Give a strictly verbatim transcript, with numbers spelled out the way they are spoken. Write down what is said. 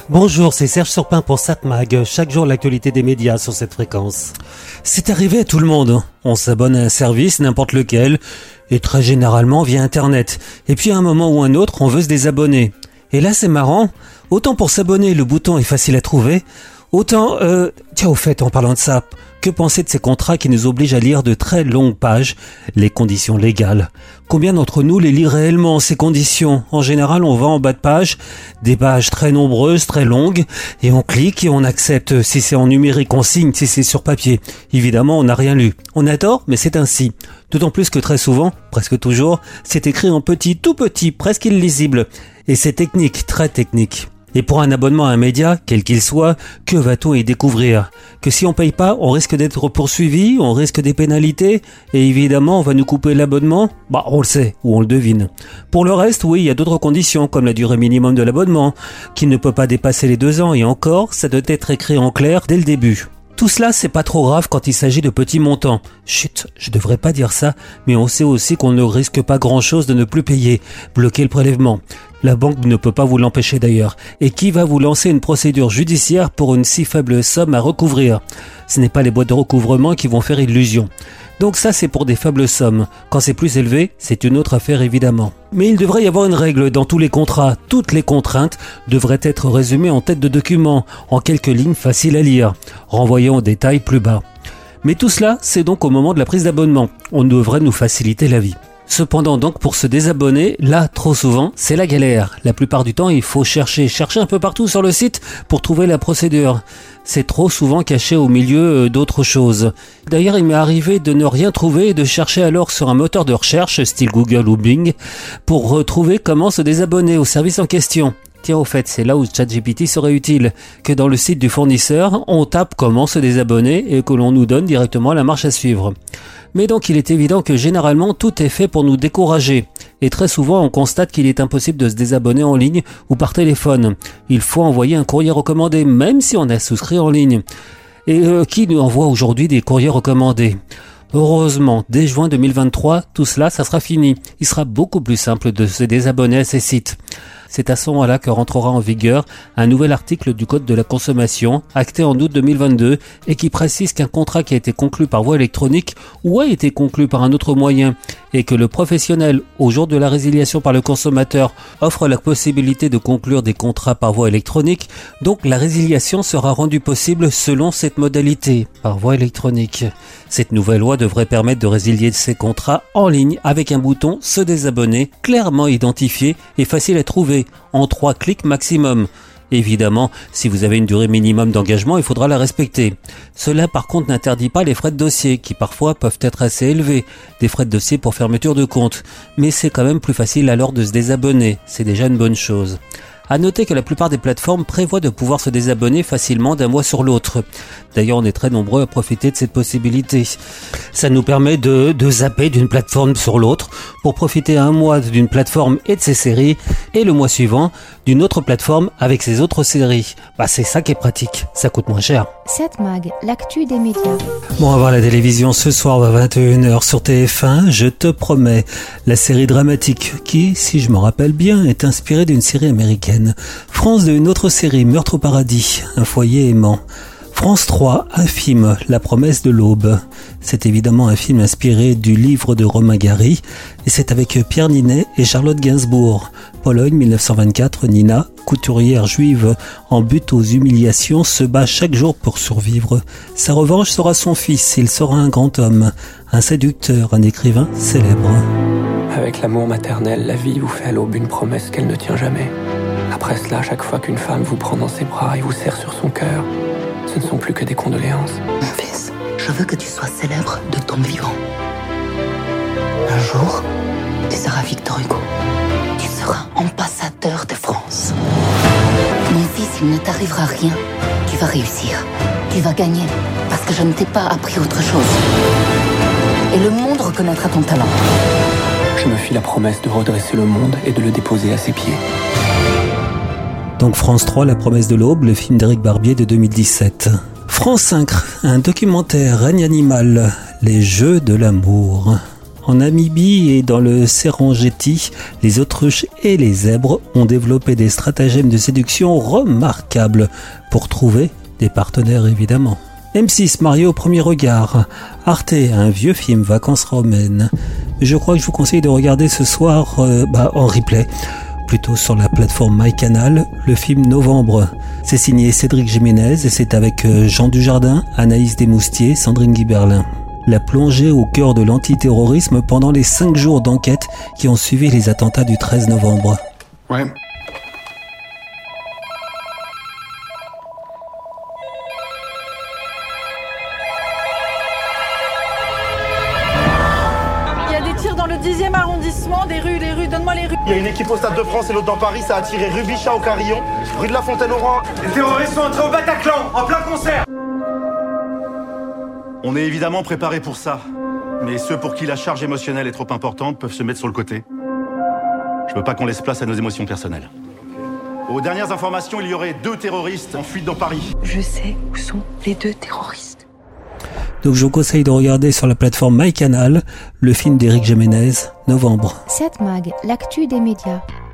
Bonjour, c'est Serge Surpin pour Satmag. Chaque jour, l'actualité des médias sur cette fréquence. C'est arrivé à tout le monde. On s'abonne à un service, n'importe lequel, et très généralement via Internet. Et puis à un moment ou un autre, on veut se désabonner. Et là, c'est marrant. Autant pour s'abonner, le bouton est facile à trouver. Autant, euh, tiens, au fait, en parlant de ça, que penser de ces contrats qui nous obligent à lire de très longues pages, les conditions légales? Combien d'entre nous les lit réellement, ces conditions? En général, on va en bas de page, des pages très nombreuses, très longues, et on clique et on accepte. Si c'est en numérique, on signe, si c'est sur papier. Évidemment, on n'a rien lu. On a tort, mais c'est ainsi. D'autant plus que très souvent, presque toujours, c'est écrit en petit, tout petit, presque illisible. Et c'est technique, très technique. Et pour un abonnement à un média, quel qu'il soit, que va-t-on y découvrir? Que si on paye pas, on risque d'être poursuivi, on risque des pénalités, et évidemment on va nous couper l'abonnement? Bah on le sait, ou on le devine. Pour le reste, oui, il y a d'autres conditions, comme la durée minimum de l'abonnement, qui ne peut pas dépasser les deux ans, et encore, ça doit être écrit en clair dès le début. Tout cela, c'est pas trop grave quand il s'agit de petits montants. Chut, je devrais pas dire ça, mais on sait aussi qu'on ne risque pas grand-chose de ne plus payer, bloquer le prélèvement. La banque ne peut pas vous l'empêcher d'ailleurs. Et qui va vous lancer une procédure judiciaire pour une si faible somme à recouvrir? Ce n'est pas les boîtes de recouvrement qui vont faire illusion. Donc ça, c'est pour des faibles sommes. Quand c'est plus élevé, c'est une autre affaire évidemment. Mais il devrait y avoir une règle dans tous les contrats. Toutes les contraintes devraient être résumées en tête de document, en quelques lignes faciles à lire, renvoyant aux détails plus bas. Mais tout cela, c'est donc au moment de la prise d'abonnement. On devrait nous faciliter la vie. Cependant donc pour se désabonner, là trop souvent c'est la galère. La plupart du temps il faut chercher, chercher un peu partout sur le site pour trouver la procédure. C'est trop souvent caché au milieu d'autres choses. D'ailleurs il m'est arrivé de ne rien trouver et de chercher alors sur un moteur de recherche style Google ou Bing pour retrouver comment se désabonner au service en question. Tiens, au fait, c'est là où ChatGPT serait utile, que dans le site du fournisseur, on tape comment se désabonner et que l'on nous donne directement la marche à suivre. Mais donc il est évident que généralement tout est fait pour nous décourager. Et très souvent on constate qu'il est impossible de se désabonner en ligne ou par téléphone. Il faut envoyer un courrier recommandé, même si on a souscrit en ligne. Et euh, qui nous envoie aujourd'hui des courriers recommandés ? Heureusement, dès juin deux mille vingt-trois, tout cela, ça sera fini. Il sera beaucoup plus simple de se désabonner à ces sites. C'est à ce moment-là que rentrera en vigueur un nouvel article du Code de la consommation, acté en août deux mille vingt-deux, et qui précise qu'un contrat qui a été conclu par voie électronique ou a été conclu par un autre moyen, et que le professionnel, au jour de la résiliation par le consommateur, offre la possibilité de conclure des contrats par voie électronique, donc la résiliation sera rendue possible selon cette modalité, par voie électronique. Cette nouvelle loi devrait permettre de résilier ces contrats en ligne avec un bouton « Se désabonner » clairement identifié et facile à trouver, en trois clics maximum. Évidemment, si vous avez une durée minimum d'engagement, il faudra la respecter. Cela par contre n'interdit pas les frais de dossier, qui parfois peuvent être assez élevés, des frais de dossier pour fermeture de compte. Mais c'est quand même plus facile alors de se désabonner, c'est déjà une bonne chose. À noter que la plupart des plateformes prévoient de pouvoir se désabonner facilement d'un mois sur l'autre. D'ailleurs, on est très nombreux à profiter de cette possibilité. Ça nous permet de, de zapper d'une plateforme sur l'autre pour profiter un mois d'une plateforme et de ses séries et le mois suivant d'une autre plateforme avec ses autres séries. Bah, c'est ça qui est pratique. Ça coûte moins cher. Satmag, l'actu des médias. Bon, on va voir la télévision ce soir à vingt et une heures sur T F un. Je te promets, la série dramatique qui, si je me rappelle bien, est inspirée d'une série américaine. France deux, une autre série, Meurtre au paradis, un foyer aimant. France trois, un film, La promesse de l'aube. C'est évidemment un film inspiré du livre de Romain Gary et c'est avec Pierre Ninet et Charlotte Gainsbourg. Pologne mille neuf cent vingt-quatre, Nina, couturière juive en butte aux humiliations, se bat chaque jour pour survivre. Sa revanche sera son fils, il sera un grand homme, un séducteur, un écrivain célèbre. Avec l'amour maternel, la vie vous fait à l'aube une promesse qu'elle ne tient jamais. Après cela, chaque fois qu'une femme vous prend dans ses bras et vous serre sur son cœur, ce ne sont plus que des condoléances. Mon fils, je veux que tu sois célèbre de ton vivant. Un jour, tu seras Victor Hugo. Tu seras ambassadeur de France. Mon fils, il ne t'arrivera rien. Tu vas réussir. Tu vas gagner. Parce que je ne t'ai pas appris autre chose. Et le monde reconnaîtra ton talent. Je me fis la promesse de redresser le monde et de le déposer à ses pieds. Donc France trois, La promesse de l'aube, le film d'Éric Barbier de deux mille dix-sept. France cinq, un documentaire, Règne animal, les jeux de l'amour. En Namibie et dans le Serengeti, les autruches et les zèbres ont développé des stratagèmes de séduction remarquables pour trouver des partenaires évidemment. M six, marié au premier regard. Arte, un vieux film, vacances romaines. Je crois que je vous conseille de regarder ce soir euh, bah, en replay, plutôt sur la plateforme MyCanal, le film Novembre. C'est signé Cédric Jiménez et c'est avec Jean Dujardin, Anaïs Desmoustiers, Sandrine Guiberlin. La plongée au cœur de l'antiterrorisme pendant les cinq jours d'enquête qui ont suivi les attentats du treize novembre. Ouais. Dans le dixième arrondissement, des rues, les rues, donne-moi les rues. Il y a une équipe au Stade de France et l'autre dans Paris, ça a tiré rue Bichat au Carillon, rue de la Fontaine-au-Roi. Les terroristes sont entrés au Bataclan, en plein concert. On est évidemment préparé pour ça, mais ceux pour qui la charge émotionnelle est trop importante peuvent se mettre sur le côté. Je veux pas qu'on laisse place à nos émotions personnelles. Aux dernières informations, il y aurait deux terroristes en fuite dans Paris. Je sais où sont les deux terroristes. Donc je vous conseille de regarder sur la plateforme MyCanal le film d'Éric Jiménez, Novembre. sept Mag, l'actu des médias.